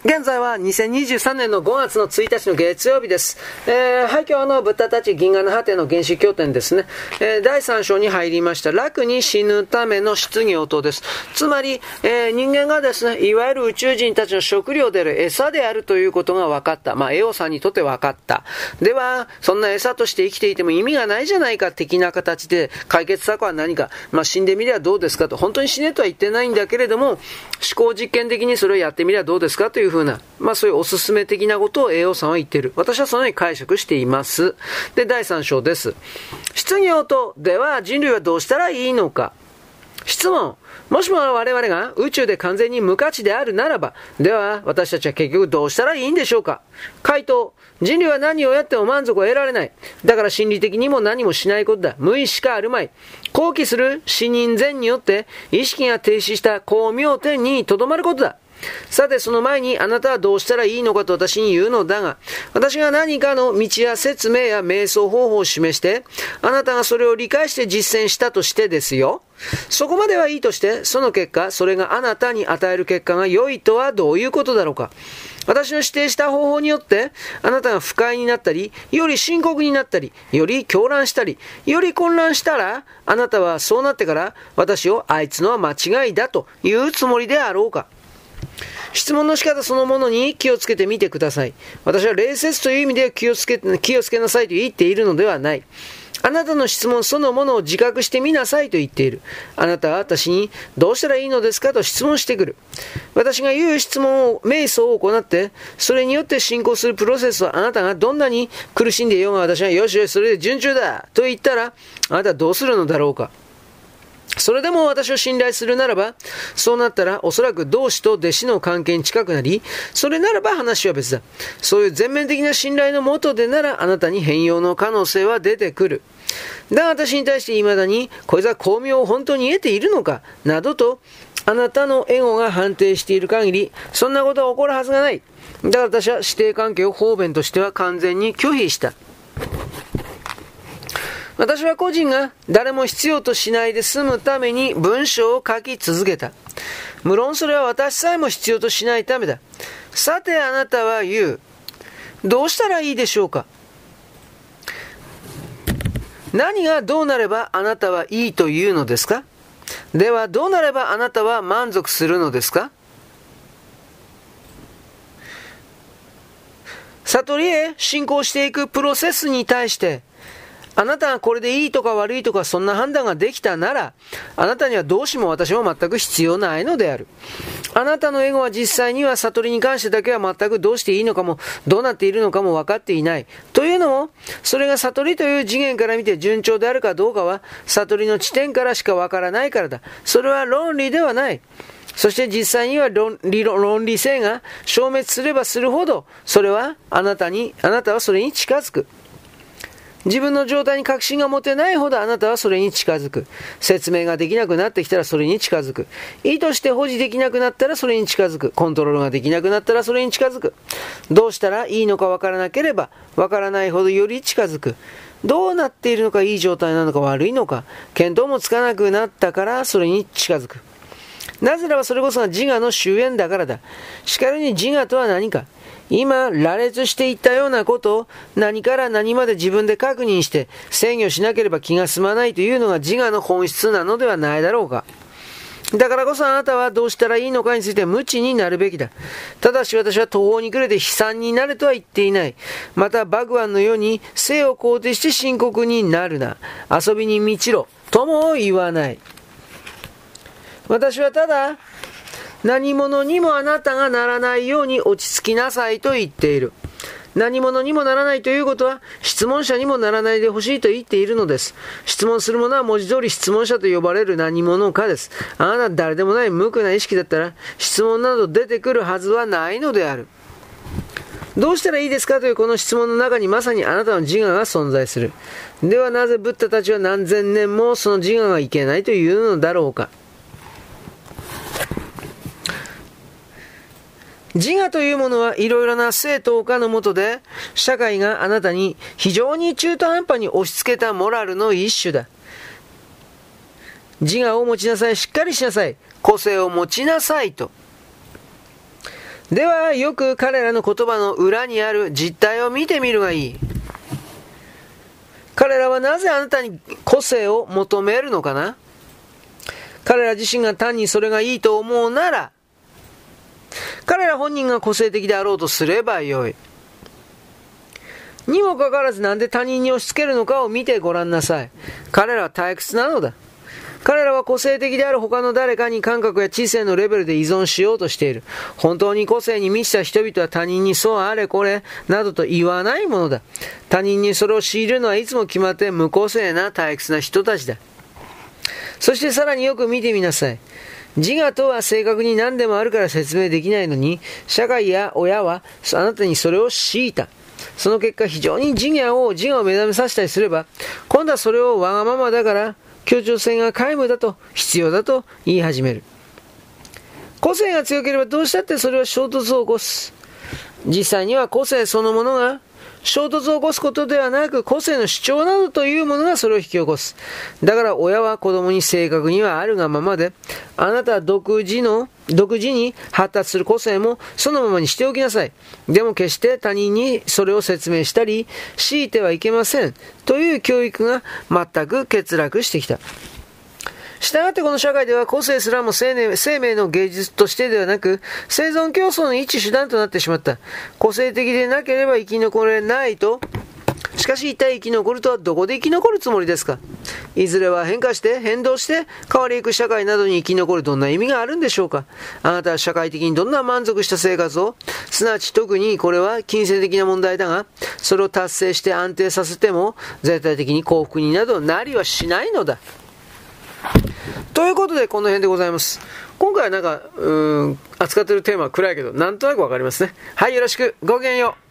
現在は2023年の5月の1日の月曜日です。廃墟のブッダたち銀河の果ての原始経典ですね。第3章に入りました。楽に死ぬための失業とです。つまり、人間がですね、いわゆる宇宙人たちの食料である餌であるということが分かった。エオさんにとって分かった。では、そんな餌として生きていても意味がないじゃないか的な形で解決策は何か。死んでみればどうですかと。本当に死ねとは言ってないんだけれども、思考実験的にそれをやってみればどうですかというふうな、そういうおすすめ的なことを栄養さんは言っている。私はそのように解釈しています。で、第3章です。失業とでは人類はどうしたらいいのか。質問。もしも我々が宇宙で完全に無価値であるならば、では私たちは結局どうしたらいいんでしょうか。回答。人類は何をやっても満足を得られない。だから心理的にも何もしないことだ。無意しかあるまい。好奇する死人前によって意識が停止した光明点に留まることだ。さてその前にあなたはどうしたらいいのかと私に言うのだが、私が何かの道や説明や瞑想方法を示して、あなたがそれを理解して実践したとしてですよ。そこまではいいとして、その結果、それがあなたに与える結果が良いとはどういうことだろうか。私の指定した方法によって、あなたが不快になったり、より深刻になったり、より狂乱したり、より混乱したら、あなたはそうなってから、私をあいつのは間違いだというつもりであろうか。質問の仕方そのものに気をつけてみてください。私は礼節という意味で気をつけなさいと言っているのではない。あなたの質問そのものを自覚してみなさいと言っている。あなたは私にどうしたらいいのですかと質問してくる。私が言う質問を、瞑想を行って、それによって進行するプロセスはあなたがどんなに苦しんでいようが私がよしよしそれで順調だと言ったら、あなたはどうするのだろうか。それでも私を信頼するならば、そうなったらおそらく同志と弟子の関係に近くなり、それならば話は別だ。そういう全面的な信頼のもとでならあなたに変容の可能性は出てくる。だが私に対して未だに、こいつは光明を本当に得ているのか、などと、あなたのエゴが判定している限り、そんなことは起こるはずがない。だから私は師弟関係を方便としては完全に拒否した。私は個人が誰も必要としないで済むために文章を書き続けた。無論それは私さえも必要としないためだ。さてあなたは言う。どうしたらいいでしょうか。何がどうなればあなたはいいというのですか。ではどうなればあなたは満足するのですか。悟りへ進行していくプロセスに対してあなたがこれでいいとか悪いとかそんな判断ができたなら、あなたにはどうしも私も全く必要ないのである。あなたのエゴは実際には悟りに関してだけは全くどうしていいのかも、どうなっているのかも分かっていない。というのも、それが悟りという次元から見て順調であるかどうかは、悟りの地点からしか分からないからだ。それは論理ではない。そして実際には論理性が消滅すればするほど、それはあなたはそれに近づく。自分の状態に確信が持てないほどあなたはそれに近づく。説明ができなくなってきたらそれに近づく。意図して保持できなくなったらそれに近づく。コントロールができなくなったらそれに近づく。どうしたらいいのかわからなければわからないほどより近づく。どうなっているのかいい状態なのか悪いのか見当もつかなくなったからそれに近づく。なぜならばそれこそが自我の終焉だからだ。しかるに自我とは何か。今、羅列していったようなことを何から何まで自分で確認して制御しなければ気が済まないというのが自我の本質なのではないだろうか。だからこそあなたはどうしたらいいのかについて無知になるべきだ。ただし私は途方に暮れて悲惨になるとは言っていない。またバグワンのように生を肯定して深刻になるな。遊びに満ちろ。とも言わない。私はただ、何者にもあなたがならないように落ち着きなさいと言っている。何者にもならないということは質問者にもならないでほしいと言っているのです。質問する者は文字通り質問者と呼ばれる何者かです。あなた誰でもない無垢な意識だったら質問など出てくるはずはないのである。どうしたらいいですかというこの質問の中にまさにあなたの自我が存在する。ではなぜブッダたちは何千年もその自我がいけないというのだろうか。自我というものはいろいろな正当化のもとで社会があなたに非常に中途半端に押し付けたモラルの一種だ。自我を持ちなさい、しっかりしなさい、個性を持ちなさいと。 では、よく彼らの言葉の裏にある実態を見てみるがいい。彼らはなぜあなたに個性を求めるのかな？彼ら自身が単にそれがいいと思うなら、彼ら本人が個性的であろうとすればよい。にもかかわらずなんで他人に押し付けるのかを見てごらんなさい。彼らは退屈なのだ。彼らは個性的である他の誰かに感覚や知性のレベルで依存しようとしている。本当に個性に満ちた人々は他人にそうあれこれなどと言わないものだ。他人にそれを強いるのはいつも決まって無個性な退屈な人たちだ。そしてさらによく見てみなさい。自我とは正確に何でもあるから説明できないのに、社会や親はあなたにそれを強いた。その結果非常に自我を目覚めさせたりすれば、今度はそれをわがままだから協調性が皆無だと必要だと言い始める。個性が強ければどうしたってそれは衝突を起こす。実際には個性そのものが衝突を起こすことではなく、個性の主張などというものがそれを引き起こす。だから親は子供に正確にはあるがままで、あなたは独自に発達する個性もそのままにしておきなさい。でも決して他人にそれを説明したり強いてはいけませんという教育が全く欠落してきた。したがってこの社会では個性すらも生命の芸術としてではなく、生存競争の一手段となってしまった。個性的でなければ生き残れないと。しかし一体生き残るとはどこで生き残るつもりですか？いずれは変動して変わりゆく社会などに生き残るどんな意味があるんでしょうか？あなたは社会的にどんな満足した生活を、すなわち特にこれは金銭的な問題だが、それを達成して安定させても絶対的に幸福になどなりはしないのだ。ということでこの辺でございます。今回は扱っているテーマは暗いけどなんとなくわかりますね。はい、よろしく。ごきげんよう。